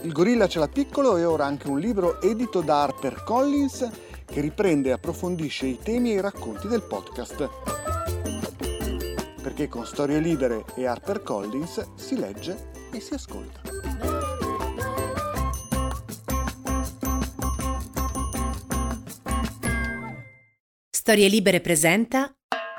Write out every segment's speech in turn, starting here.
Il gorilla ce l'ha piccolo è ora anche un libro edito da HarperCollins che riprende e approfondisce i temi e i racconti del podcast. Perché con Storie Libere e HarperCollins si legge e si ascolta. Storie Libere presenta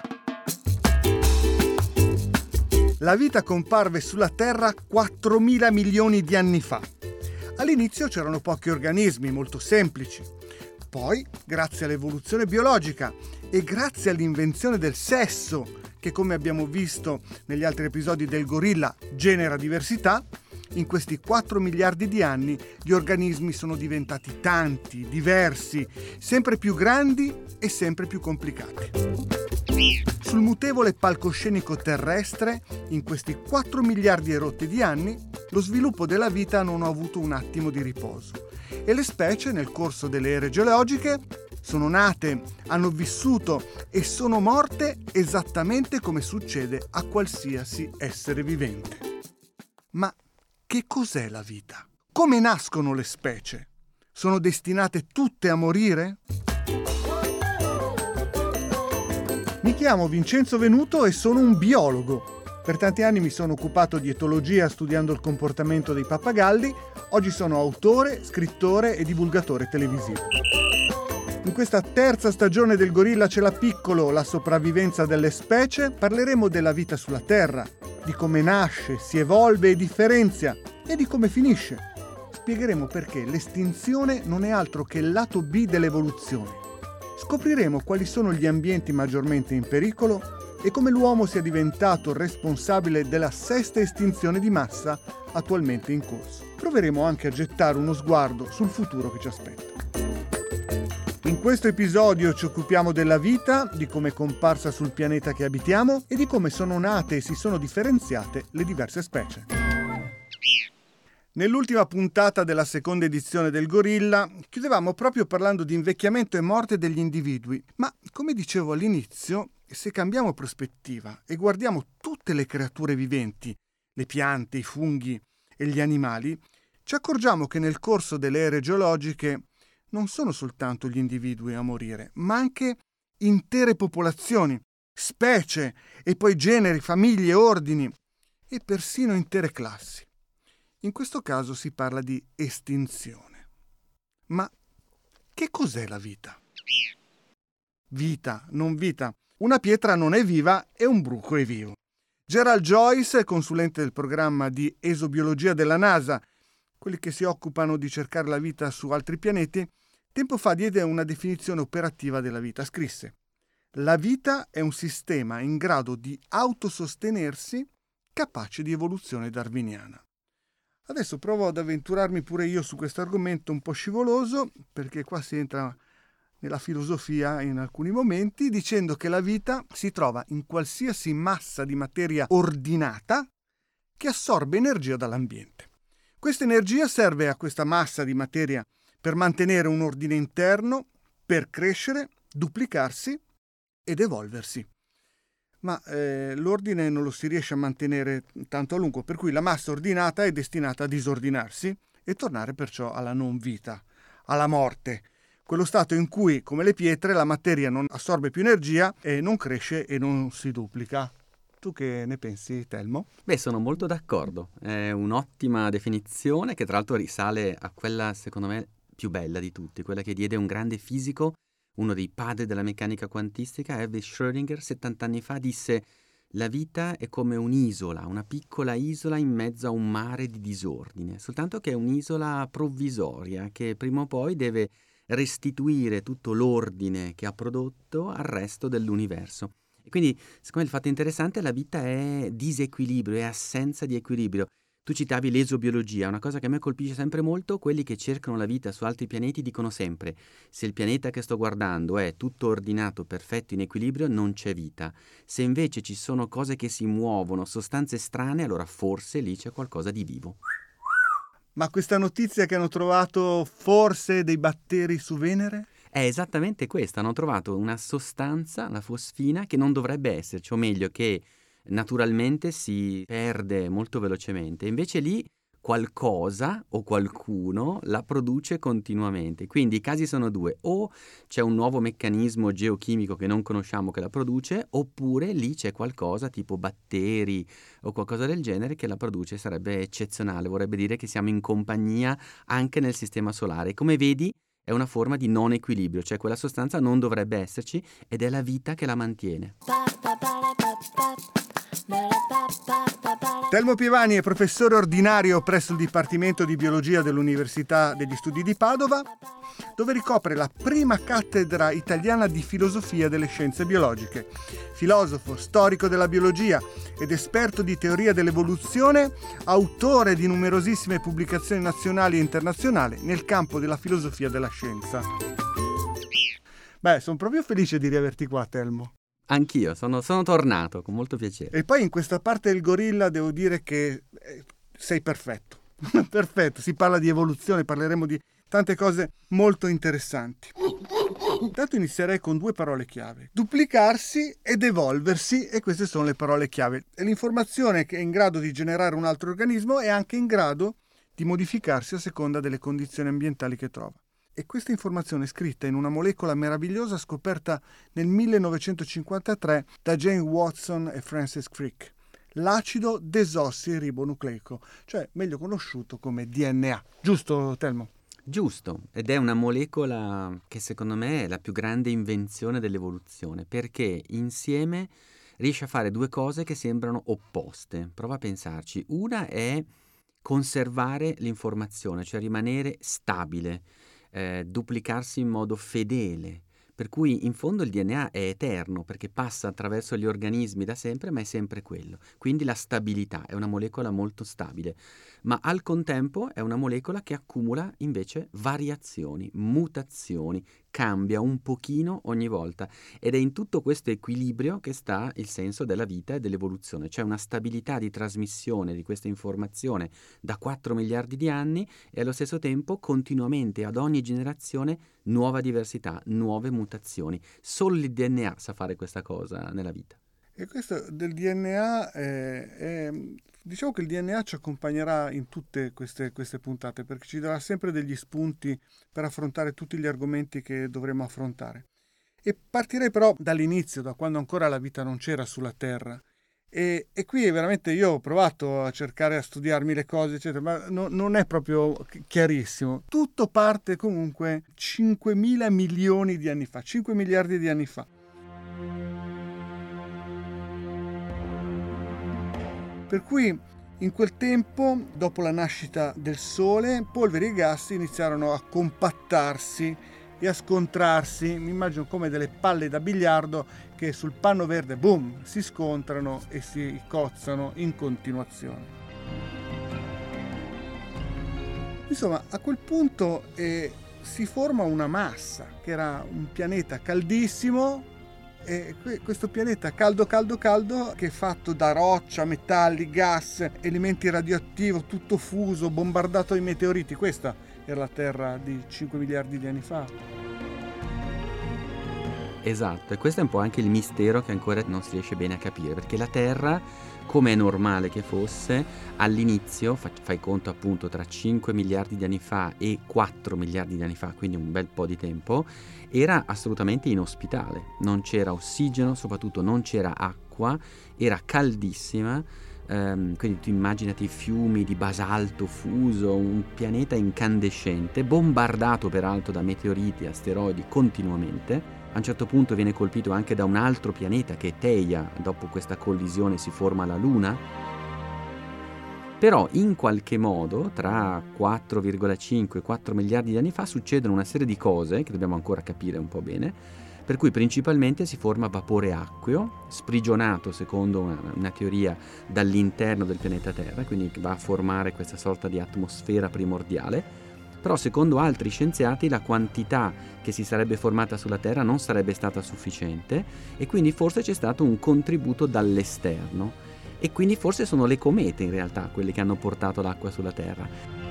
La vita comparve sulla Terra 4.000 milioni di anni fa. All'inizio c'erano pochi organismi, molto semplici. Poi, grazie all'evoluzione biologica e grazie all'invenzione del sesso, che come abbiamo visto negli altri episodi del gorilla genera diversità, in questi 4 miliardi di anni gli organismi sono diventati tanti, diversi, sempre più grandi e sempre più complicati. Sul mutevole palcoscenico terrestre, in questi 4 miliardi e rotti di anni, lo sviluppo della vita non ha avuto un attimo di riposo e le specie nel corso delle ere geologiche sono nate, hanno vissuto e sono morte esattamente come succede a qualsiasi essere vivente. Ma che cos'è la vita? Come nascono le specie? Sono destinate tutte a morire? Mi chiamo Vincenzo Venuto e sono un biologo. Per tanti anni mi sono occupato di etologia studiando il comportamento dei pappagalli. Oggi sono autore, scrittore e divulgatore televisivo. In questa terza stagione del Gorilla ce l'ha piccolo, la sopravvivenza delle specie, parleremo della vita sulla Terra, di come nasce, si evolve e differenzia e di come finisce. Spiegheremo perché l'estinzione non è altro che il lato B dell'evoluzione. Scopriremo quali sono gli ambienti maggiormente in pericolo e come l'uomo sia diventato responsabile della sesta estinzione di massa attualmente in corso. Proveremo anche a gettare uno sguardo sul futuro che ci aspetta. In questo episodio ci occupiamo della vita, di come è comparsa sul pianeta che abitiamo e di come sono nate e si sono differenziate le diverse specie. Nell'ultima puntata della seconda edizione del Gorilla chiudevamo proprio parlando di invecchiamento e morte degli individui, ma come dicevo all'inizio, se cambiamo prospettiva e guardiamo tutte le creature viventi, le piante, i funghi e gli animali, ci accorgiamo che nel corso delle ere geologiche non sono soltanto gli individui a morire, ma anche intere popolazioni, specie e poi generi, famiglie, ordini e persino intere classi. In questo caso si parla di estinzione. Ma che cos'è la vita? Vita, non vita. Una pietra non è viva e un bruco è vivo. Gerald Joyce, consulente del programma di esobiologia della NASA, quelli che si occupano di cercare la vita su altri pianeti, tempo fa diede una definizione operativa della vita. Scrisse: la vita è un sistema in grado di autosostenersi, capace di evoluzione darwiniana. Adesso provo ad avventurarmi pure io su questo argomento un po' scivoloso, perché qua si entra nella filosofia in alcuni momenti, dicendo che la vita si trova in qualsiasi massa di materia ordinata che assorbe energia dall'ambiente. Questa energia serve a questa massa di materia per mantenere un ordine interno, per crescere, duplicarsi ed evolversi. Ma l'ordine non lo si riesce a mantenere tanto a lungo, per cui la massa ordinata è destinata a disordinarsi e tornare perciò alla non vita, alla morte, quello stato in cui, come le pietre, la materia non assorbe più energia e non cresce e non si duplica. Tu che ne pensi, Telmo? Beh, sono molto d'accordo, è un'ottima definizione che tra l'altro risale a quella, secondo me, più bella di tutti, quella che diede un grande fisico, uno dei padri della meccanica quantistica, Erwin Schrödinger, 70 anni fa, disse: la vita è come un'isola, una piccola isola in mezzo a un mare di disordine, soltanto che è un'isola provvisoria che prima o poi deve restituire tutto l'ordine che ha prodotto al resto dell'universo. E quindi, secondo me, il fatto interessante è che la vita è disequilibrio, è assenza di equilibrio. Tu citavi l'esobiologia, una cosa che a me colpisce sempre molto: quelli che cercano la vita su altri pianeti dicono sempre: se il pianeta che sto guardando è tutto ordinato, perfetto, in equilibrio, non c'è vita. Se invece ci sono cose che si muovono, sostanze strane, allora forse lì c'è qualcosa di vivo. Ma questa notizia che hanno trovato forse dei batteri su Venere? È esattamente questa, hanno trovato una sostanza, la fosfina, che non dovrebbe esserci, o meglio che naturalmente si perde molto velocemente. Invece lì qualcosa o qualcuno la produce continuamente. Quindi i casi sono due: o c'è un nuovo meccanismo geochimico che non conosciamo che la produce, oppure lì c'è qualcosa tipo batteri o qualcosa del genere che la produce. Sarebbe eccezionale, vorrebbe dire che siamo in compagnia anche nel sistema solare. Come vedi, è una forma di non equilibrio, cioè quella sostanza non dovrebbe esserci ed è la vita che la mantiene. Telmo Pievani è professore ordinario presso il Dipartimento di Biologia dell'Università degli Studi di Padova, dove ricopre la prima cattedra italiana di filosofia delle scienze biologiche. Filosofo, storico della biologia ed esperto di teoria dell'evoluzione, autore di numerosissime pubblicazioni nazionali e internazionali nel campo della filosofia della scienza. Beh, sono proprio felice di riaverti qua, Telmo. Anch'io, sono tornato, con molto piacere. E poi in questa parte del gorilla devo dire che sei perfetto. Perfetto, si parla di evoluzione, parleremo di tante cose molto interessanti. Intanto inizierei con 2 parole chiave: duplicarsi ed evolversi, e queste sono le parole chiave. E l'informazione che è in grado di generare un altro organismo è anche in grado di modificarsi a seconda delle condizioni ambientali che trova. E questa informazione è scritta in una molecola meravigliosa scoperta nel 1953 da Jane Watson e Francis Crick, l'acido desossiribonucleico, cioè meglio conosciuto come DNA. Giusto, Telmo? Giusto, ed è una molecola che secondo me è la più grande invenzione dell'evoluzione, perché insieme riesce a fare 2 cose che sembrano opposte. Prova a pensarci. Una è conservare l'informazione, cioè rimanere stabile, duplicarsi in modo fedele, per cui in fondo il DNA è eterno perché passa attraverso gli organismi da sempre, ma è sempre quello. Quindi la stabilità, è una molecola molto stabile, ma al contempo è una molecola che accumula invece variazioni, mutazioni, cambia un pochino ogni volta, ed è in tutto questo equilibrio che sta il senso della vita e dell'evoluzione. C'è una stabilità di trasmissione di questa informazione da 4 miliardi di anni e allo stesso tempo continuamente ad ogni generazione nuova diversità, nuove mutazioni. Solo il DNA sa fare questa cosa nella vita. E questo del DNA diciamo che il DNA ci accompagnerà in tutte queste puntate, perché ci darà sempre degli spunti per affrontare tutti gli argomenti che dovremo affrontare. E partirei però dall'inizio, da quando ancora la vita non c'era sulla Terra. E qui veramente io ho provato a cercare a studiarmi le cose, eccetera, ma non è proprio chiarissimo. Tutto parte comunque 5.000 milioni di anni fa, 5 miliardi di anni fa. Per cui in quel tempo, dopo la nascita del Sole, polveri e gas iniziarono a compattarsi e a scontrarsi. Mi immagino come delle palle da biliardo che sul panno verde, boom, si scontrano e si cozzano in continuazione. Insomma, a quel punto si forma una massa, che era un pianeta caldissimo. E questo pianeta caldo che è fatto da roccia, metalli, gas, elementi radioattivi, tutto fuso, bombardato dai meteoriti. Questa era la Terra di 5 miliardi di anni fa. Esatto, e questo è un po' anche il mistero che ancora non si riesce bene a capire, perché la Terra, come è normale che fosse, all'inizio, fai conto appunto tra 5 miliardi di anni fa e 4 miliardi di anni fa, quindi un bel po' di tempo, era assolutamente inospitale. Non c'era ossigeno, soprattutto non c'era acqua, era caldissima, quindi tu immaginati fiumi di basalto fuso, un pianeta incandescente, bombardato peraltro da meteoriti e asteroidi continuamente. A un certo punto viene colpito anche da un altro pianeta che è Theia. Dopo questa collisione si forma la Luna. Però in qualche modo tra 4,5 e 4 miliardi di anni fa succedono una serie di cose che dobbiamo ancora capire un po' bene, per cui principalmente si forma vapore acqueo, sprigionato secondo una teoria dall'interno del pianeta Terra, quindi va a formare questa sorta di atmosfera primordiale. Però secondo altri scienziati la quantità che si sarebbe formata sulla Terra non sarebbe stata sufficiente e quindi forse c'è stato un contributo dall'esterno e quindi forse sono le comete in realtà quelle che hanno portato l'acqua sulla Terra.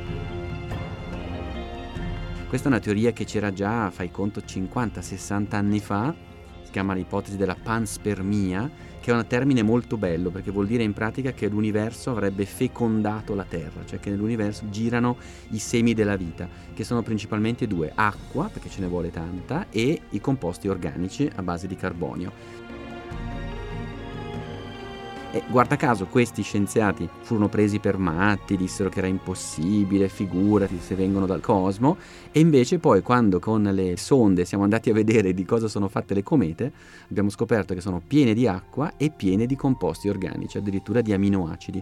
Questa è una teoria che c'era già, fai conto, 50-60 anni fa, si chiama l'ipotesi della panspermia, che è un termine molto bello perché vuol dire in pratica che l'universo avrebbe fecondato la Terra, cioè che nell'universo girano i semi della vita, che sono principalmente due: acqua, perché ce ne vuole tanta, e i composti organici a base di carbonio. E guarda caso questi scienziati furono presi per matti, dissero che era impossibile, figurati se vengono dal cosmo, e invece poi quando con le sonde siamo andati a vedere di cosa sono fatte le comete, abbiamo scoperto che sono piene di acqua e piene di composti organici, addirittura di aminoacidi.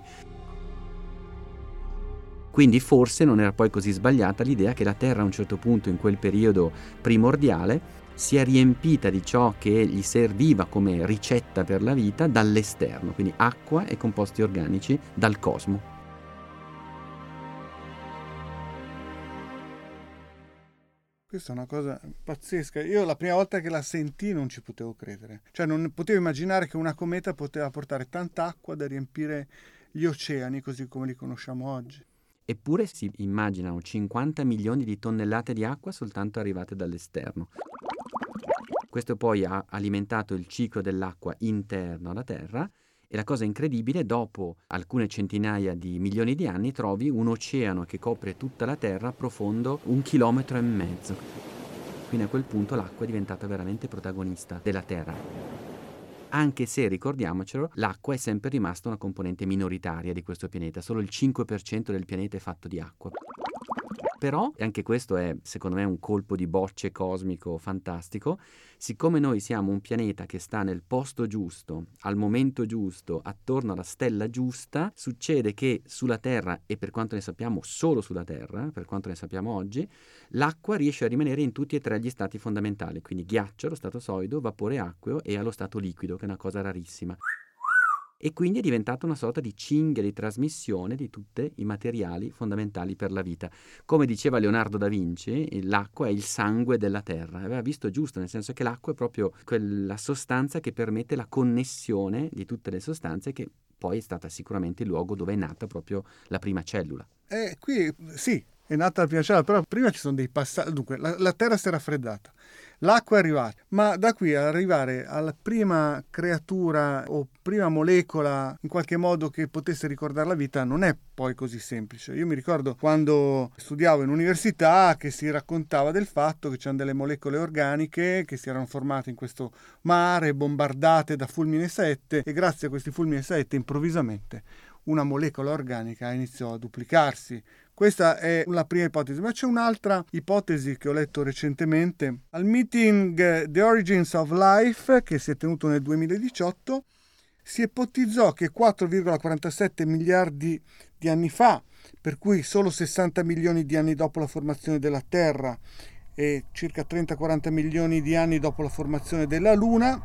Quindi forse non era poi così sbagliata l'idea che la Terra a un certo punto in quel periodo primordiale si è riempita di ciò che gli serviva come ricetta per la vita dall'esterno, quindi acqua e composti organici dal cosmo. Questa è una cosa pazzesca. Io la prima volta che la sentii non ci potevo credere. Cioè non potevo immaginare che una cometa poteva portare tanta acqua da riempire gli oceani così come li conosciamo oggi. Eppure si immaginano 50 milioni di tonnellate di acqua soltanto arrivate dall'esterno. Questo poi ha alimentato il ciclo dell'acqua interno alla Terra e la cosa incredibile, dopo alcune centinaia di milioni di anni trovi un oceano che copre tutta la Terra profondo 1,5 chilometri. Quindi a quel punto l'acqua è diventata veramente protagonista della Terra. Anche se, ricordiamocelo, l'acqua è sempre rimasta una componente minoritaria di questo pianeta, solo il 5% del pianeta è fatto di acqua. Però, e anche questo è secondo me un colpo di bocce cosmico fantastico, siccome noi siamo un pianeta che sta nel posto giusto, al momento giusto, attorno alla stella giusta, succede che sulla Terra, e per quanto ne sappiamo solo sulla Terra, per quanto ne sappiamo oggi, l'acqua riesce a rimanere in tutti e tre gli stati fondamentali, quindi ghiaccio, lo stato solido, vapore acqueo e allo stato liquido, che è una cosa rarissima. E quindi è diventata una sorta di cinghia di trasmissione di tutti i materiali fondamentali per la vita. Come diceva Leonardo da Vinci, l'acqua è il sangue della Terra. Aveva visto giusto, nel senso che l'acqua è proprio quella sostanza che permette la connessione di tutte le sostanze, che poi è stata sicuramente il luogo dove è nata proprio la prima cellula. Qui sì, è nata la prima cellula, però prima ci sono dei passaggi. Dunque, la Terra si è raffreddata, l'acqua è arrivata, ma da qui ad arrivare alla prima creatura o prima molecola in qualche modo che potesse ricordare la vita non è poi così semplice. Io mi ricordo quando studiavo in università che si raccontava del fatto che c'erano delle molecole organiche che si erano formate in questo mare, bombardate da fulmini e saette, e grazie a questi fulmini e saette improvvisamente una molecola organica iniziò a duplicarsi. Questa è la prima ipotesi, ma c'è un'altra ipotesi che ho letto recentemente. Al meeting The Origins of Life, che si è tenuto nel 2018, si ipotizzò che 4,47 miliardi di anni fa, per cui solo 60 milioni di anni dopo la formazione della Terra e circa 30-40 milioni di anni dopo la formazione della Luna,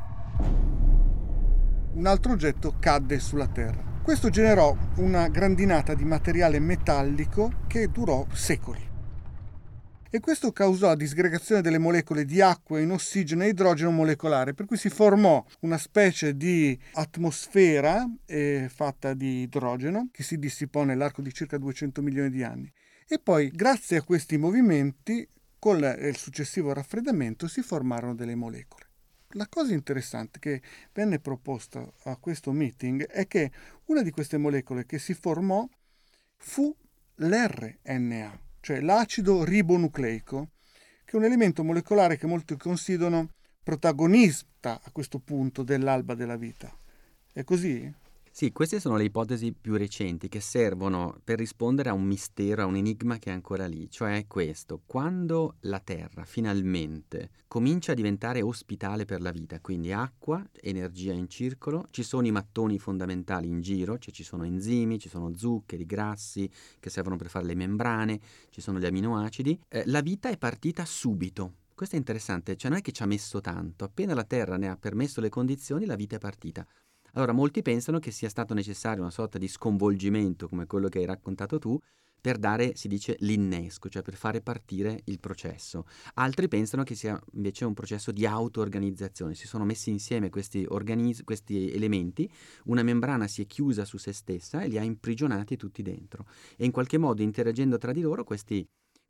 un altro oggetto cadde sulla Terra. Questo generò una grandinata di materiale metallico che durò secoli. E questo causò la disgregazione delle molecole di acqua in ossigeno e idrogeno molecolare, per cui si formò una specie di atmosfera fatta di idrogeno che si dissipò nell'arco di circa 200 milioni di anni. E poi, grazie a questi movimenti, con il successivo raffreddamento, si formarono delle molecole. La cosa interessante che venne proposta a questo meeting è che una di queste molecole che si formò fu l'RNA, cioè l'acido ribonucleico, che è un elemento molecolare che molti considerano protagonista a questo punto dell'alba della vita. È così? Sì, queste sono le ipotesi più recenti che servono per rispondere a un mistero, a un enigma che è ancora lì, cioè questo: quando la Terra finalmente comincia a diventare ospitale per la vita, quindi acqua, energia in circolo, ci sono i mattoni fondamentali in giro, cioè ci sono enzimi, ci sono zuccheri, grassi che servono per fare le membrane, ci sono gli aminoacidi, la vita è partita subito. Questo è interessante, cioè non è che ci ha messo tanto, appena la Terra ne ha permesso le condizioni, la vita è partita. Allora, molti pensano che sia stato necessario una sorta di sconvolgimento, come quello che hai raccontato tu, per dare, si dice, l'innesco, cioè per fare partire il processo. Altri pensano che sia invece un processo di auto-organizzazione. Si sono messi insieme questi elementi, una membrana si è chiusa su se stessa e li ha imprigionati tutti dentro. E in qualche modo, interagendo tra di loro, questi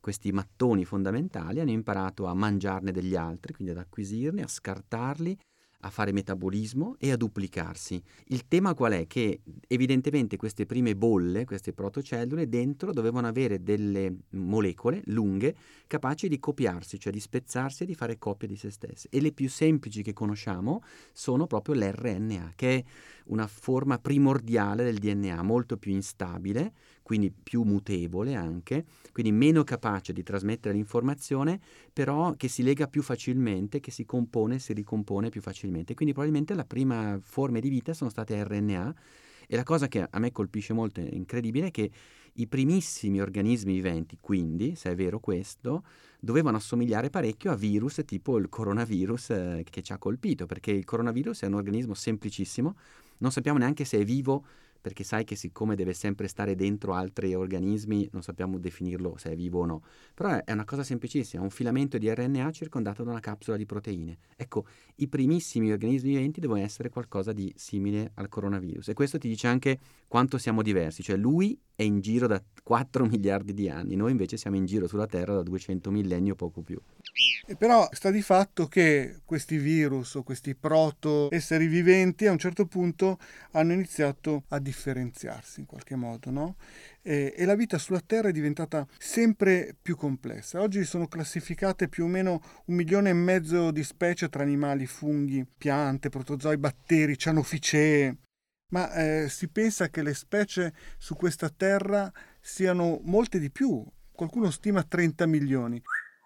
mattoni fondamentali hanno imparato a mangiarne degli altri, quindi ad acquisirli, a scartarli, a fare metabolismo e a duplicarsi. Il tema qual è? Che evidentemente queste prime bolle, queste protocellule, dentro dovevano avere delle molecole lunghe capaci di copiarsi, cioè di spezzarsi e di fare copie di se stesse. E le più semplici che conosciamo sono proprio l'RNA, che è una forma primordiale del DNA, molto più instabile, quindi più mutevole anche, quindi meno capace di trasmettere l'informazione, però che si lega più facilmente, che si compone e si ricompone più facilmente. Quindi probabilmente la prima forme di vita sono state RNA, e la cosa che a me colpisce molto, è incredibile, è che i primissimi organismi viventi, quindi, se è vero questo, dovevano assomigliare parecchio a virus tipo il coronavirus che ci ha colpito, perché il coronavirus è un organismo semplicissimo, non sappiamo neanche se è vivo, perché sai che siccome deve sempre stare dentro altri organismi, non sappiamo definirlo se è vivo o no. Però è una cosa semplicissima, un filamento di RNA circondato da una capsula di proteine. Ecco, i primissimi organismi viventi devono essere qualcosa di simile al coronavirus. E questo ti dice anche quanto siamo diversi. Cioè lui è in giro da 4 miliardi di anni, noi invece siamo in giro sulla Terra da 200 millenni o poco più. E però sta di fatto che questi virus o questi proto esseri viventi a un certo punto hanno iniziato a differenziarsi in qualche modo, no? E la vita sulla Terra è diventata sempre più complessa. Oggi sono classificate più o meno 1,5 milioni di specie tra animali, funghi, piante, protozoi, batteri, cianoficee. Ma si pensa che le specie su questa Terra siano molte di più. Qualcuno stima 30 milioni.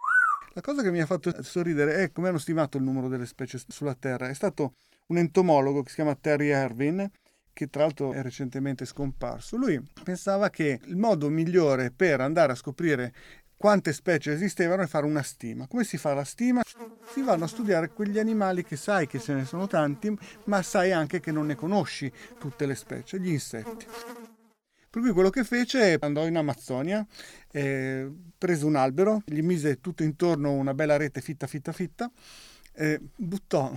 La cosa che mi ha fatto sorridere è come hanno stimato il numero delle specie sulla Terra. È stato un entomologo che si chiama Terry Irvin, che tra l'altro è recentemente scomparso. Lui pensava che il modo migliore per andare a scoprire quante specie esistevano è fare una stima. Come si fa la stima? Si vanno a studiare quegli animali che sai che ce ne sono tanti, ma sai anche che non ne conosci tutte le specie, gli insetti. Per cui quello che fece, andò in Amazzonia, prese un albero, gli mise tutto intorno una bella rete fitta, buttò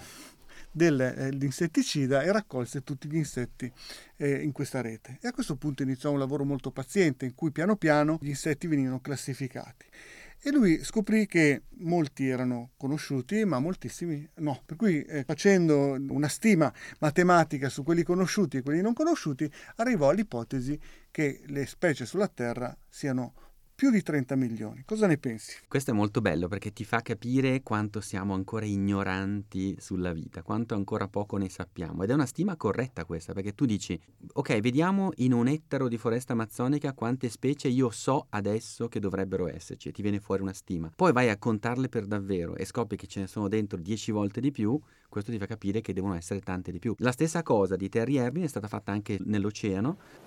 dell'insetticida e raccolse tutti gli insetti in questa rete. E a questo punto iniziò un lavoro molto paziente in cui piano piano gli insetti venivano classificati. E lui scoprì che molti erano conosciuti, ma moltissimi no. Per cui facendo una stima matematica su quelli conosciuti e quelli non conosciuti, arrivò all'ipotesi che le specie sulla Terra siano più di 30 milioni. Cosa ne pensi? Questo è molto bello perché ti fa capire quanto siamo ancora ignoranti sulla vita, quanto ancora poco ne sappiamo. Ed è una stima corretta questa, perché tu dici, ok, vediamo in un ettaro di foresta amazzonica quante specie io so adesso che dovrebbero esserci, e ti viene fuori una stima. Poi vai a contarle per davvero e scopri che ce ne sono dentro 10 volte di più, questo ti fa capire che devono essere tante di più. La stessa cosa di Terry Irvin è stata fatta anche nell'oceano.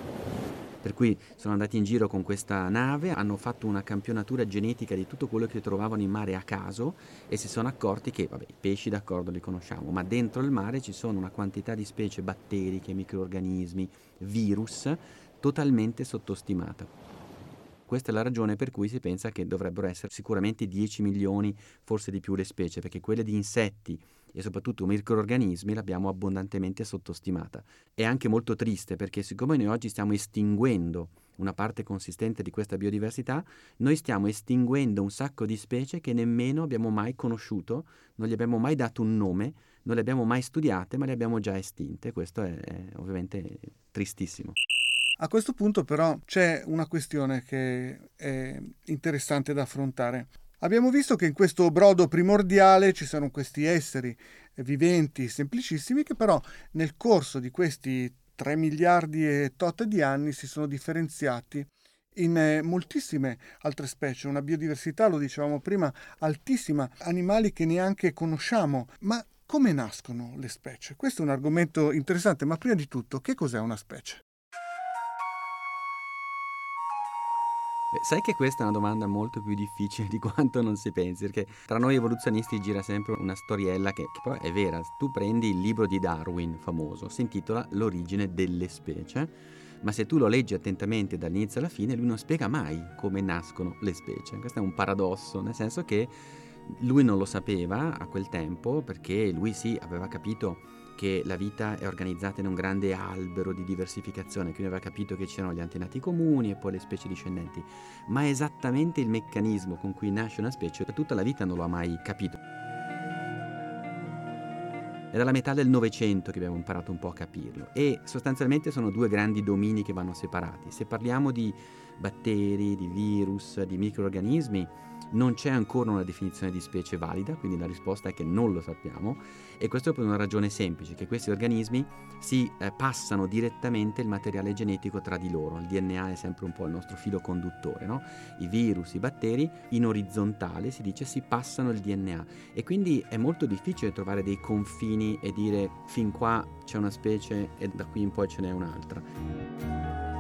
Per cui sono andati in giro con questa nave, hanno fatto una campionatura genetica di tutto quello che trovavano in mare a caso e si sono accorti che, vabbè, i pesci d'accordo li conosciamo, ma dentro il mare ci sono una quantità di specie batteriche, microrganismi, virus totalmente sottostimata. Questa è la ragione per cui si pensa che dovrebbero essere sicuramente 10 milioni, forse di più, le specie, perché quelle di insetti e soprattutto microrganismi l'abbiamo abbondantemente sottostimata. È anche molto triste perché siccome noi oggi stiamo estinguendo una parte consistente di questa biodiversità, noi stiamo estinguendo un sacco di specie che nemmeno abbiamo mai conosciuto, non gli abbiamo mai dato un nome, non le abbiamo mai studiate, ma le abbiamo già estinte. Questo è ovviamente tristissimo. A questo punto però c'è una questione che è interessante da affrontare. Abbiamo visto che in questo brodo primordiale ci sono questi esseri viventi semplicissimi che però nel corso di questi 3 miliardi e tot di anni si sono differenziati in moltissime altre specie, una biodiversità, lo dicevamo prima, altissima, animali che neanche conosciamo. Ma come nascono le specie? Questo è un argomento interessante, ma prima di tutto, che cos'è una specie? Sai che questa è una domanda molto più difficile di quanto non si pensi, perché tra noi evoluzionisti gira sempre una storiella che poi è vera. Tu prendi il libro di Darwin famoso, si intitola L'origine delle specie, ma se tu lo leggi attentamente dall'inizio alla fine lui non spiega mai come nascono le specie. Questo è un paradosso, nel senso che lui non lo sapeva a quel tempo, perché lui sì aveva capito che la vita è organizzata in un grande albero di diversificazione, quindi aveva capito che c'erano gli antenati comuni e poi le specie discendenti, ma esattamente il meccanismo con cui nasce una specie per tutta la vita non lo ha mai capito. È dalla metà del Novecento che abbiamo imparato un po' a capirlo e sostanzialmente sono due grandi domini che vanno separati. Se parliamo di batteri, di virus, di microrganismi, non c'è ancora una definizione di specie valida, quindi la risposta è che non lo sappiamo, e questo per una ragione semplice, che questi organismi si passano direttamente il materiale genetico tra di loro. Il DNA è sempre un po' il nostro filo conduttore, no? I virus, i batteri, in orizzontale si dice si passano il DNA e quindi è molto difficile trovare dei confini e dire fin qua c'è una specie e da qui in poi ce n'è un'altra.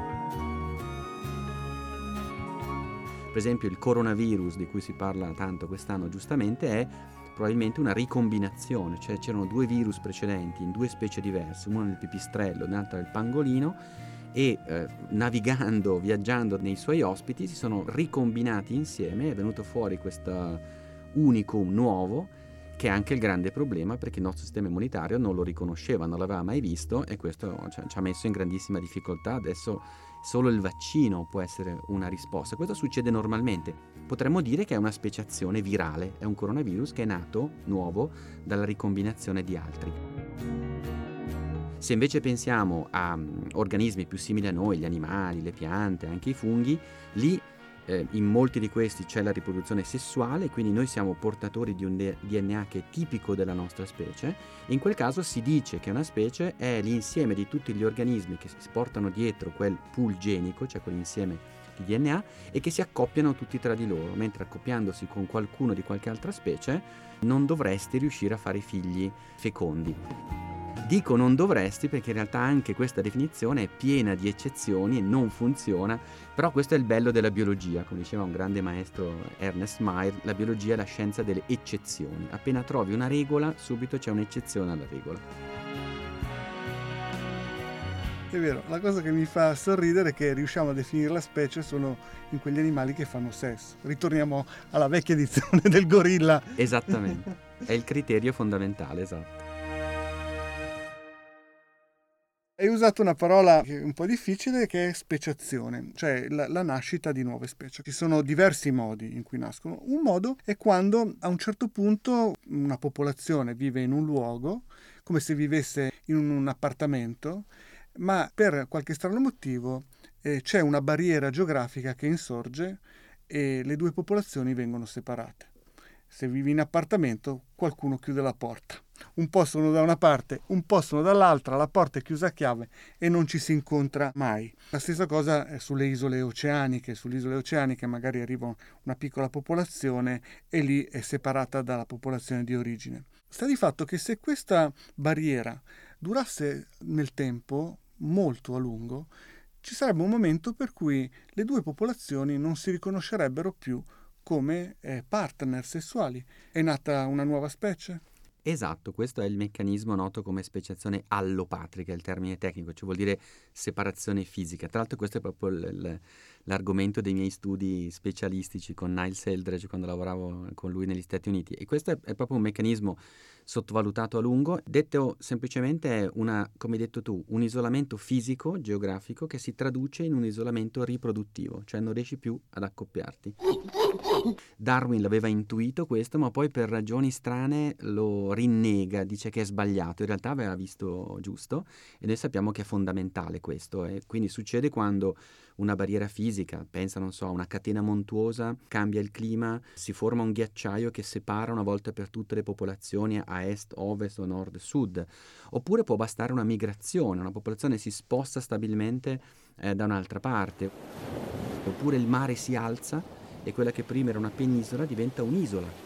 Per esempio il coronavirus di cui si parla tanto quest'anno giustamente è probabilmente una ricombinazione, cioè c'erano due virus precedenti in due specie diverse, uno nel pipistrello, l'altro nel pangolino e navigando, viaggiando nei suoi ospiti si sono ricombinati insieme, è venuto fuori questo unicum nuovo che è anche il grande problema perché il nostro sistema immunitario non lo riconosceva, non l'aveva mai visto e questo ci ha messo in grandissima difficoltà. Adesso solo il vaccino può essere una risposta. Questo succede normalmente. Potremmo dire che è una speciazione virale, è un coronavirus che è nato nuovo dalla ricombinazione di altri. Se invece pensiamo a organismi più simili a noi, gli animali, le piante, anche i funghi, lì in molti di questi c'è la riproduzione sessuale, quindi noi siamo portatori di un DNA che è tipico della nostra specie. In quel caso si dice che una specie è l'insieme di tutti gli organismi che si portano dietro quel pool genico, cioè quell'insieme di DNA, e che si accoppiano tutti tra di loro, mentre accoppiandosi con qualcuno di qualche altra specie non dovresti riuscire a fare figli fecondi. Dico non dovresti perché in realtà anche questa definizione è piena di eccezioni e non funziona, però questo è il bello della biologia, come diceva un grande maestro Ernest Mayr, la biologia è la scienza delle eccezioni, appena trovi una regola subito c'è un'eccezione alla regola. È vero, la cosa che mi fa sorridere è che riusciamo a definire la specie solo in quegli animali che fanno sesso. Ritorniamo alla vecchia edizione del gorilla. Esattamente, è il criterio fondamentale, esatto. Hai usato una parola che è un po' difficile che è speciazione, cioè la nascita di nuove specie. Ci sono diversi modi in cui nascono. Un modo è quando a un certo punto una popolazione vive in un luogo, come se vivesse in un appartamento, ma per qualche strano motivo c'è una barriera geografica che insorge e le due popolazioni vengono separate. Se vivi in appartamento, qualcuno chiude la porta. Un po' sono da una parte, un po' sono dall'altra, la porta è chiusa a chiave e non ci si incontra mai. La stessa cosa è sulle isole oceaniche. Sulle isole oceaniche magari arriva una piccola popolazione e lì è separata dalla popolazione di origine. Sta di fatto che se questa barriera durasse nel tempo molto a lungo, ci sarebbe un momento per cui le due popolazioni non si riconoscerebbero più come partner sessuali. È nata una nuova specie? Esatto, questo è il meccanismo noto come speciazione allopatrica, il termine tecnico, cioè vuol dire separazione fisica. Tra l'altro questo è proprio l'argomento dei miei studi specialistici con Niles Eldredge quando lavoravo con lui negli Stati Uniti, e questo è proprio un meccanismo sottovalutato a lungo. Detto semplicemente è come hai detto tu, un isolamento fisico, geografico, che si traduce in un isolamento riproduttivo, cioè non riesci più ad accoppiarti. Darwin l'aveva intuito questo, ma poi per ragioni strane lo rinnega, dice che è sbagliato, in realtà aveva visto giusto e noi sappiamo che è fondamentale questo, e quindi succede quando una barriera fisica, pensa non so a una catena montuosa, cambia il clima, si forma un ghiacciaio che separa una volta per tutte le popolazioni a est, ovest o nord, sud, oppure può bastare una migrazione, una popolazione si sposta stabilmente da un'altra parte, oppure il mare si alza e quella che prima era una penisola diventa un'isola.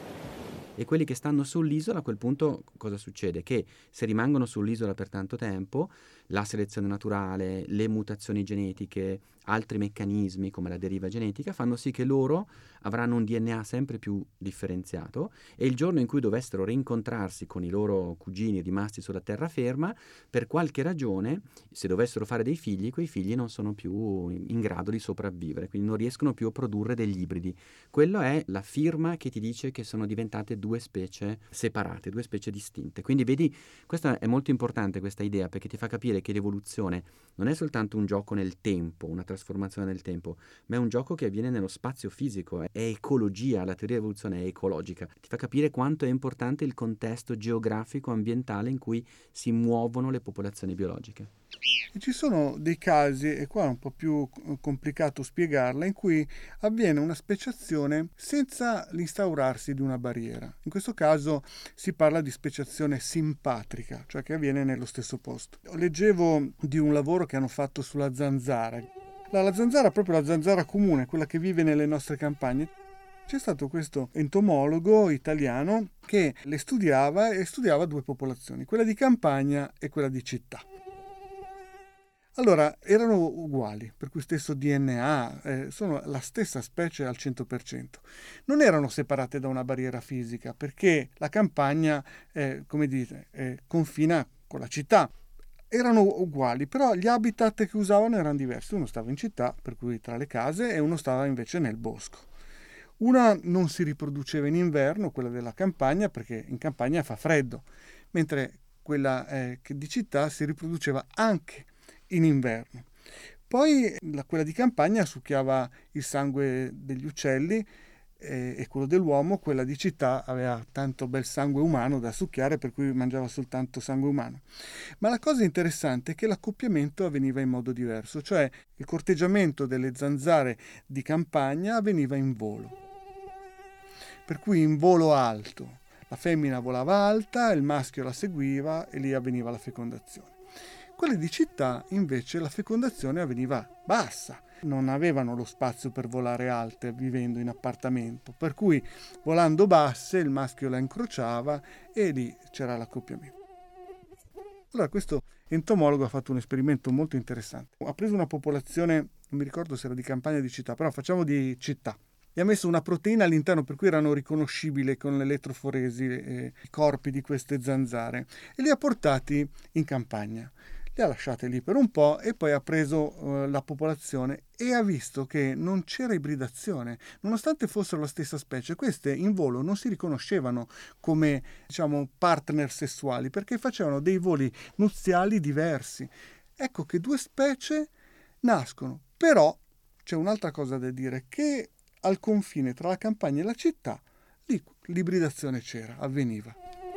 E quelli che stanno sull'isola a quel punto cosa succede? Che se rimangono sull'isola per tanto tempo, la selezione naturale, le mutazioni genetiche, altri meccanismi come la deriva genetica fanno sì che loro avranno un DNA sempre più differenziato e il giorno in cui dovessero rincontrarsi con i loro cugini rimasti sulla terraferma, per qualche ragione, se dovessero fare dei figli, quei figli non sono più in grado di sopravvivere, quindi non riescono più a produrre degli ibridi. Quello è la firma che ti dice che sono diventate due due specie separate, due specie distinte. Quindi vedi, questa è molto importante, questa idea, perché ti fa capire che l'evoluzione non è soltanto un gioco nel tempo, una trasformazione nel tempo, ma è un gioco che avviene nello spazio fisico, è ecologia, la teoria dell'evoluzione è ecologica. Ti fa capire quanto è importante il contesto geografico, ambientale in cui si muovono le popolazioni biologiche. E ci sono dei casi, e qua è un po' più complicato spiegarla, in cui avviene una speciazione senza l'instaurarsi di una barriera. In questo caso si parla di speciazione simpatrica, cioè che avviene nello stesso posto. Leggevo di un lavoro che hanno fatto sulla zanzara. La zanzara, proprio la zanzara comune, quella che vive nelle nostre campagne. C'è stato questo entomologo italiano che le studiava e studiava due popolazioni, quella di campagna e quella di città. Allora, erano uguali, per cui stesso DNA, sono la stessa specie al 100%. Non erano separate da una barriera fisica, perché la campagna, come dite, confina con la città. Erano uguali, però gli habitat che usavano erano diversi. Uno stava in città, per cui tra le case, e uno stava invece nel bosco. Una non si riproduceva in inverno, quella della campagna, perché in campagna fa freddo, mentre quella che di città si riproduceva anche in inverno. Poi quella di campagna succhiava il sangue degli uccelli e quello dell'uomo, quella di città aveva tanto bel sangue umano da succhiare, per cui mangiava soltanto sangue umano. Ma la cosa interessante è che l'accoppiamento avveniva in modo diverso, cioè il corteggiamento delle zanzare di campagna avveniva in volo. Per cui in volo alto, la femmina volava alta, il maschio la seguiva e lì avveniva la fecondazione. Quelle di città invece la fecondazione avveniva bassa, non avevano lo spazio per volare alte vivendo in appartamento, per cui volando basse il maschio la incrociava e lì c'era l'accoppiamento. Allora questo entomologo ha fatto un esperimento molto interessante. Ha preso una popolazione, non mi ricordo se era di campagna o di città, però facciamo di città, e ha messo una proteina all'interno per cui erano riconoscibili con l'elettroforesi i corpi di queste zanzare e li ha portati in campagna. Le ha lasciate lì per un po' e poi ha preso la popolazione e ha visto che non c'era ibridazione, nonostante fossero la stessa specie. Queste in volo non si riconoscevano come, diciamo, partner sessuali perché facevano dei voli nuziali diversi. Ecco che due specie nascono, però c'è un'altra cosa da dire, che al confine tra la campagna e la città lì l'ibridazione c'era, avveniva.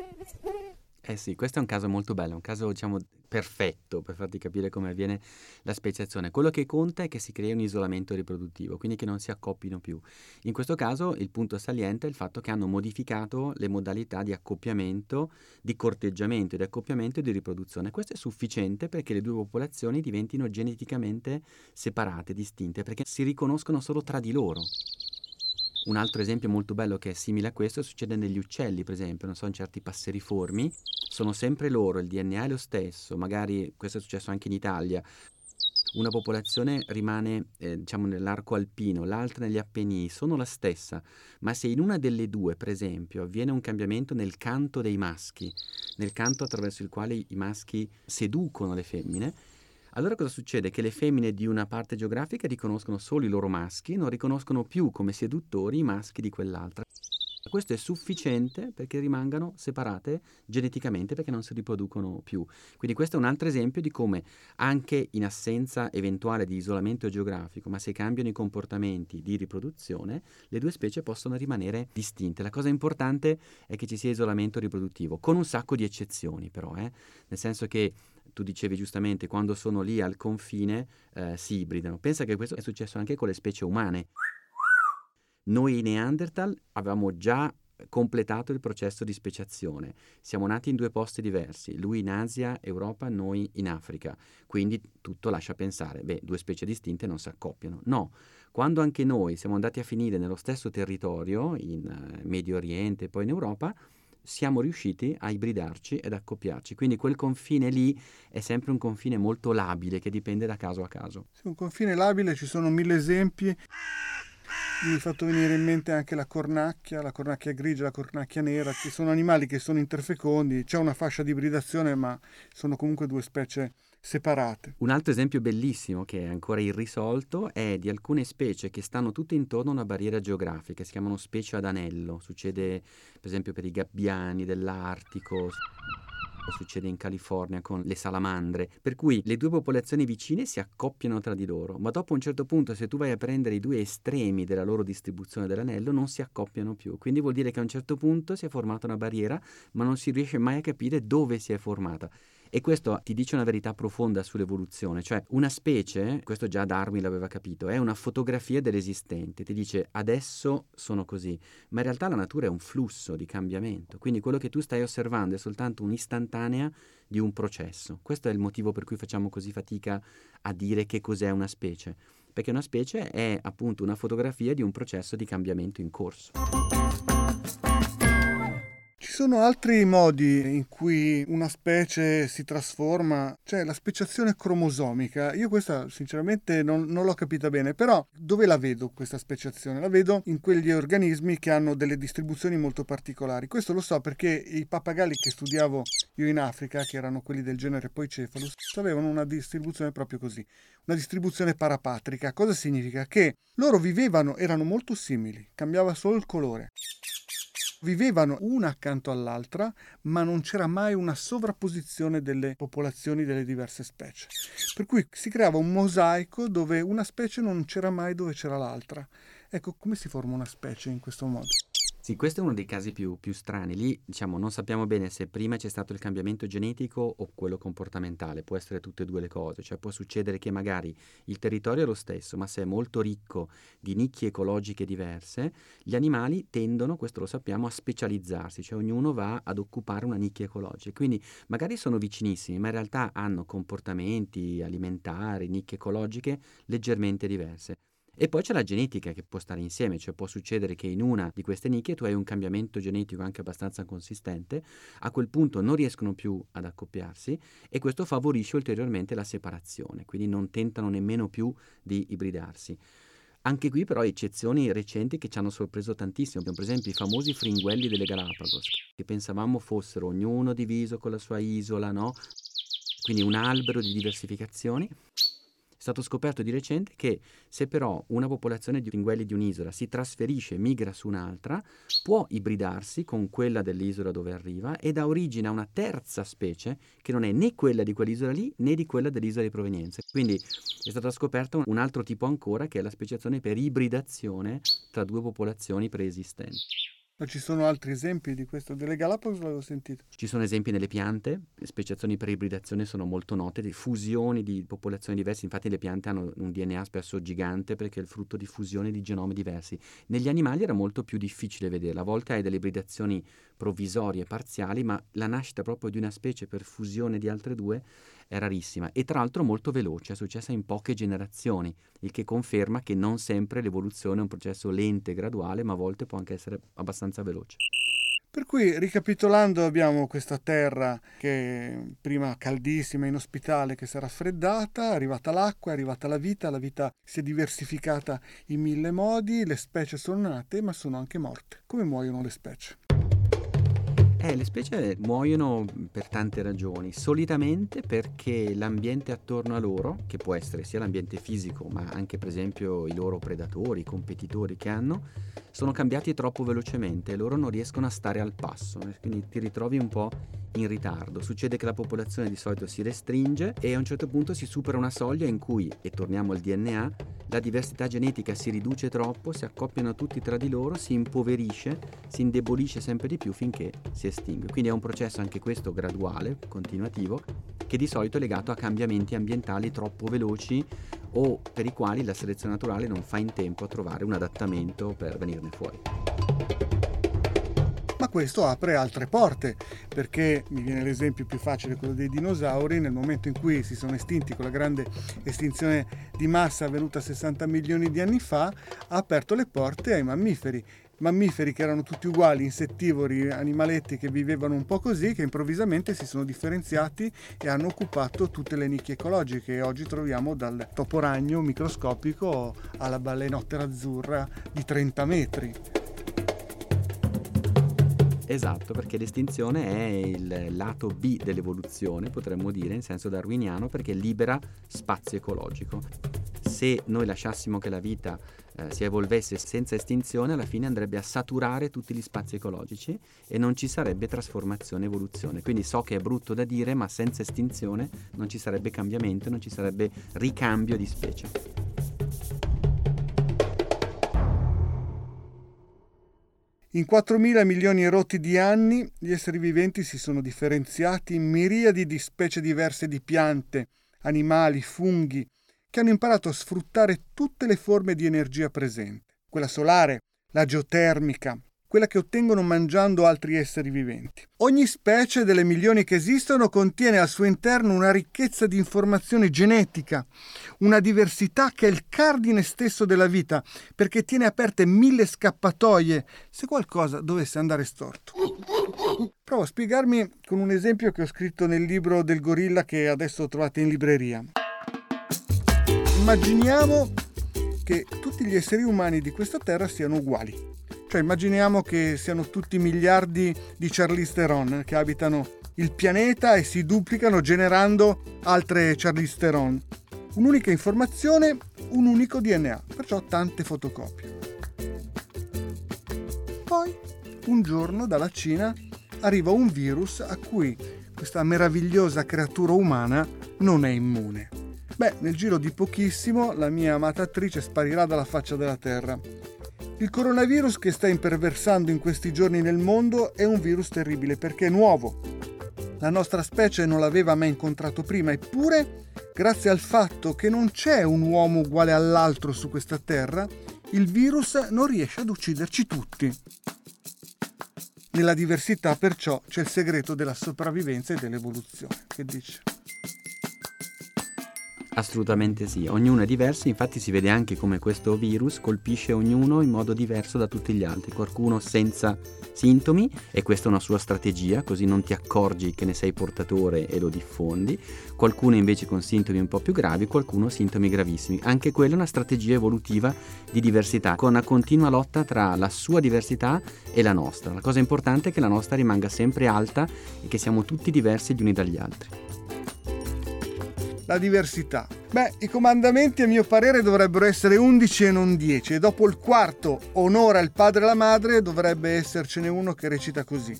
Eh sì, questo è un caso molto bello, un caso diciamo perfetto per farti capire come avviene la speciazione. Quello che conta è che si crea un isolamento riproduttivo, quindi che non si accoppino più. In questo caso il punto saliente è il fatto che hanno modificato le modalità di accoppiamento, di corteggiamento, di accoppiamento e di riproduzione. Questo è sufficiente perché le due popolazioni diventino geneticamente separate, distinte, perché si riconoscono solo tra di loro. Un altro esempio molto bello che è simile a questo succede negli uccelli, per esempio, non so, in certi passeriformi, sono sempre loro, il DNA è lo stesso, magari questo è successo anche in Italia, una popolazione rimane diciamo nell'arco alpino, l'altra negli Appennini, sono la stessa, ma se in una delle due, per esempio, avviene un cambiamento nel canto dei maschi, nel canto attraverso il quale i maschi seducono le femmine, allora cosa succede? Che le femmine di una parte geografica riconoscono solo i loro maschi, non riconoscono più come seduttori i maschi di quell'altra. Questo è sufficiente perché rimangano separate geneticamente perché non si riproducono più. Quindi questo è un altro esempio di come anche in assenza eventuale di isolamento geografico, ma se cambiano i comportamenti di riproduzione, le due specie possono rimanere distinte. La cosa importante è che ci sia isolamento riproduttivo, con un sacco di eccezioni però, nel senso che tu dicevi giustamente, quando sono lì al confine si ibridano. Pensa che questo è successo anche con le specie umane. Noi Neanderthal avevamo già completato il processo di speciazione. Siamo nati in due posti diversi, lui in Asia, Europa, noi in Africa. Quindi tutto lascia pensare, due specie distinte non si accoppiano. No, quando anche noi siamo andati a finire nello stesso territorio, in Medio Oriente e poi in Europa, siamo riusciti a ibridarci ed accoppiarci. Quindi quel confine lì è sempre un confine molto labile che dipende da caso a caso. Sì, un confine labile, ci sono 1000 esempi. Mi è fatto venire in mente anche la cornacchia grigia, la cornacchia nera, che sono animali che sono interfecondi, c'è una fascia di ibridazione ma sono comunque due specie separate. Un altro esempio bellissimo che è ancora irrisolto è di alcune specie che stanno tutte intorno a una barriera geografica, si chiamano specie ad anello, succede per esempio per i gabbiani dell'Artico, succede in California con le salamandre, per cui le due popolazioni vicine si accoppiano tra di loro, ma dopo un certo punto, se tu vai a prendere i due estremi della loro distribuzione dell'anello, non si accoppiano più, quindi vuol dire che a un certo punto si è formata una barriera, ma non si riesce mai a capire dove si è formata. E questo ti dice una verità profonda sull'evoluzione, cioè una specie, questo già Darwin l'aveva capito, è una fotografia dell'esistente, ti dice adesso sono così, ma in realtà la natura è un flusso di cambiamento, quindi quello che tu stai osservando è soltanto un'istantanea di un processo. Questo è il motivo per cui facciamo così fatica a dire che cos'è una specie, perché una specie è appunto una fotografia di un processo di cambiamento in corso. Ci sono altri modi in cui una specie si trasforma, cioè la speciazione cromosomica. Io questa sinceramente non l'ho capita bene, però dove la vedo questa speciazione? La vedo in quegli organismi che hanno delle distribuzioni molto particolari. Questo lo so perché i pappagalli che studiavo io in Africa, che erano quelli del genere Poicephalus, avevano una distribuzione proprio così, una distribuzione parapatrica. Cosa significa? Che loro vivevano, erano molto simili, cambiava solo il colore. Vivevano una accanto all'altra, ma non c'era mai una sovrapposizione delle popolazioni delle diverse specie. Per cui si creava un mosaico dove una specie non c'era mai dove c'era l'altra. Ecco, come si forma una specie in questo modo? Sì, questo è uno dei casi più strani. Lì, diciamo, non sappiamo bene se prima c'è stato il cambiamento genetico o quello comportamentale. Può essere tutte e due le cose. Cioè può succedere che magari il territorio è lo stesso, ma se è molto ricco di nicchie ecologiche diverse, gli animali tendono, questo lo sappiamo, a specializzarsi. Cioè ognuno va ad occupare una nicchia ecologica. Quindi magari sono vicinissimi, ma in realtà hanno comportamenti alimentari, nicchie ecologiche leggermente diverse. E poi c'è la genetica che può stare insieme, cioè può succedere che in una di queste nicchie tu hai un cambiamento genetico anche abbastanza consistente, a quel punto non riescono più ad accoppiarsi e questo favorisce ulteriormente la separazione, quindi non tentano nemmeno più di ibridarsi. Anche qui però eccezioni recenti che ci hanno sorpreso tantissimo, per esempio i famosi fringuelli delle Galapagos, che pensavamo fossero ognuno diviso con la sua isola, no? Quindi un albero di diversificazioni. È stato scoperto di recente che se però una popolazione di fringuelli di un'isola si trasferisce, migra su un'altra, può ibridarsi con quella dell'isola dove arriva e dà origine a una terza specie che non è né quella di quell'isola lì né di quella dell'isola di provenienza. Quindi è stato scoperto un altro tipo ancora che è la speciazione per ibridazione tra due popolazioni preesistenti. Ma ci sono altri esempi di questo? Delle Galapagos l'avevo sentito. Ci sono esempi nelle piante, speciazioni per ibridazione sono molto note, di fusioni di popolazioni diverse, infatti le piante hanno un DNA spesso gigante perché è il frutto di fusioni di genomi diversi. Negli animali era molto più difficile vederla, a volte hai delle ibridazioni provvisorie, parziali, ma la nascita proprio di una specie per fusione di altre due è rarissima e tra l'altro molto veloce, è successa in poche generazioni, il che conferma che non sempre l'evoluzione è un processo lento e graduale, ma a volte può anche essere abbastanza veloce. Per cui, ricapitolando, abbiamo questa terra che prima caldissima, inospitale, che si è raffreddata, è arrivata l'acqua, è arrivata la vita si è diversificata in 1000 modi, le specie sono nate, ma sono anche morte. Come muoiono le specie? Le specie muoiono per tante ragioni, solitamente perché l'ambiente attorno a loro, che può essere sia l'ambiente fisico, ma anche per esempio i loro predatori, i competitori che hanno, sono cambiati troppo velocemente e loro non riescono a stare al passo, quindi ti ritrovi un po' in ritardo. Succede che la popolazione di solito si restringe e a un certo punto si supera una soglia in cui, e torniamo al DNA, la diversità genetica si riduce troppo, si accoppiano tutti tra di loro, si impoverisce, si indebolisce sempre di più finché si estingue. Quindi è un processo anche questo graduale, continuativo, che di solito è legato a cambiamenti ambientali troppo veloci o per i quali la selezione naturale non fa in tempo a trovare un adattamento per venirne fuori. Ma questo apre altre porte, perché mi viene l'esempio più facile, quello dei dinosauri. Nel momento in cui si sono estinti con la grande estinzione di massa avvenuta 60 milioni di anni fa, ha aperto le porte ai mammiferi che erano tutti uguali, insettivori, animaletti che vivevano un po' così, che improvvisamente si sono differenziati e hanno occupato tutte le nicchie ecologiche. Oggi troviamo dal toporagno microscopico alla balenottera azzurra di 30 metri. Esatto, perché l'estinzione è il lato B dell'evoluzione, potremmo dire, in senso darwiniano, perché libera spazio ecologico. Se noi lasciassimo che la vita si evolvesse senza estinzione, alla fine andrebbe a saturare tutti gli spazi ecologici e non ci sarebbe trasformazione e evoluzione. Quindi so che è brutto da dire, ma senza estinzione non ci sarebbe cambiamento, non ci sarebbe ricambio di specie. In 4.000 milioni e rotti di anni, gli esseri viventi si sono differenziati in miriadi di specie diverse di piante, animali, funghi, che hanno imparato a sfruttare tutte le forme di energia presenti. Quella solare, la geotermica, quella che ottengono mangiando altri esseri viventi. Ogni specie delle milioni che esistono contiene al suo interno una ricchezza di informazione genetica, una diversità che è il cardine stesso della vita, perché tiene aperte 1000 scappatoie se qualcosa dovesse andare storto. Provo a spiegarmi con un esempio che ho scritto nel libro del gorilla che adesso trovate in libreria. Immaginiamo che tutti gli esseri umani di questa terra siano uguali. Cioè immaginiamo che siano tutti miliardi di Charlize Theron che abitano il pianeta e si duplicano generando altre Charlize Theron. Un'unica informazione, un unico DNA, perciò tante fotocopie. Poi, un giorno dalla Cina arriva un virus a cui questa meravigliosa creatura umana non è immune. Nel giro di pochissimo la mia amata attrice sparirà dalla faccia della Terra. Il coronavirus che sta imperversando in questi giorni nel mondo è un virus terribile perché è nuovo. La nostra specie non l'aveva mai incontrato prima, eppure, grazie al fatto che non c'è un uomo uguale all'altro su questa terra, il virus non riesce ad ucciderci tutti. Nella diversità, perciò, c'è il segreto della sopravvivenza e dell'evoluzione. Che dice? Assolutamente sì, ognuno è diverso, infatti si vede anche come questo virus colpisce ognuno in modo diverso da tutti gli altri, qualcuno senza sintomi e questa è una sua strategia, così non ti accorgi che ne sei portatore e lo diffondi, qualcuno invece con sintomi un po' più gravi, qualcuno sintomi gravissimi, anche quella è una strategia evolutiva di diversità, con una continua lotta tra la sua diversità e la nostra. La cosa importante è che la nostra rimanga sempre alta e che siamo tutti diversi gli uni dagli altri. La diversità. I comandamenti a mio parere dovrebbero essere 11 e non 10 e dopo il quarto, onora il padre e la madre, dovrebbe essercene uno che recita così: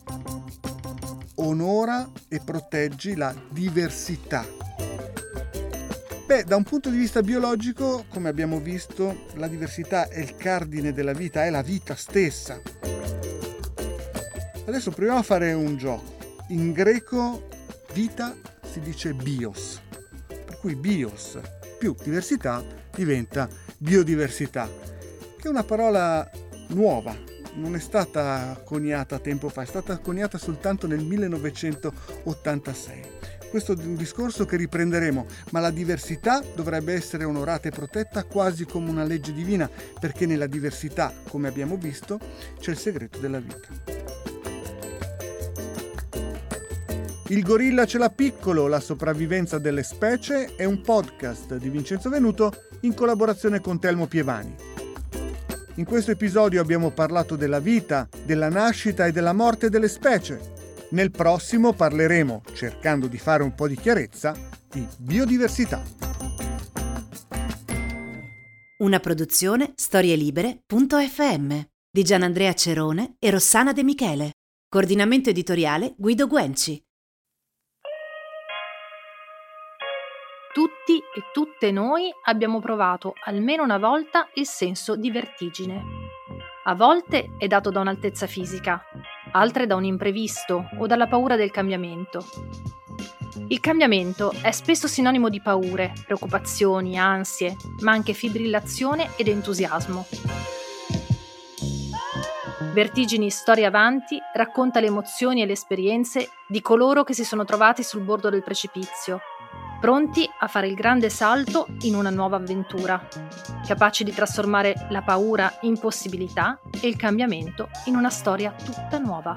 onora e proteggi la diversità. Da un punto di vista biologico, come abbiamo visto, la diversità è il cardine della vita, è la vita stessa. Adesso proviamo a fare un gioco. In greco vita si dice bios. Cui bios più diversità diventa biodiversità, che è una parola nuova, non è stata coniata tempo fa, è stata coniata soltanto nel 1986. Questo è un discorso che riprenderemo, ma la diversità dovrebbe essere onorata e protetta quasi come una legge divina, perché nella diversità, come abbiamo visto, c'è il segreto della vita. Il gorilla ce l'ha piccolo, la sopravvivenza delle specie è un podcast di Vincenzo Venuto in collaborazione con Telmo Pievani. In questo episodio abbiamo parlato della vita, della nascita e della morte delle specie. Nel prossimo parleremo, cercando di fare un po' di chiarezza, di biodiversità. Una produzione storielibere.fm di Gianandrea Cerone e Rossana De Michele. Coordinamento editoriale Guido Guenci. Tutti e tutte noi abbiamo provato almeno una volta il senso di vertigine. A volte è dato da un'altezza fisica, altre da un imprevisto o dalla paura del cambiamento. Il cambiamento è spesso sinonimo di paure, preoccupazioni, ansie, ma anche fibrillazione ed entusiasmo. Vertigini Storie Avanti racconta le emozioni e le esperienze di coloro che si sono trovati sul bordo del precipizio, pronti a fare il grande salto in una nuova avventura, capaci di trasformare la paura in possibilità e il cambiamento in una storia tutta nuova.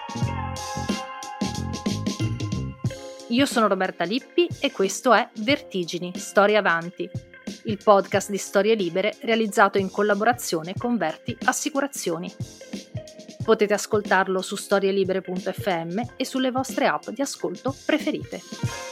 Io sono Roberta Lippi e questo è Vertigini, Storie Avanti, il podcast di storie libere realizzato in collaborazione con Verti Assicurazioni. Potete ascoltarlo su storielibere.fm e sulle vostre app di ascolto preferite.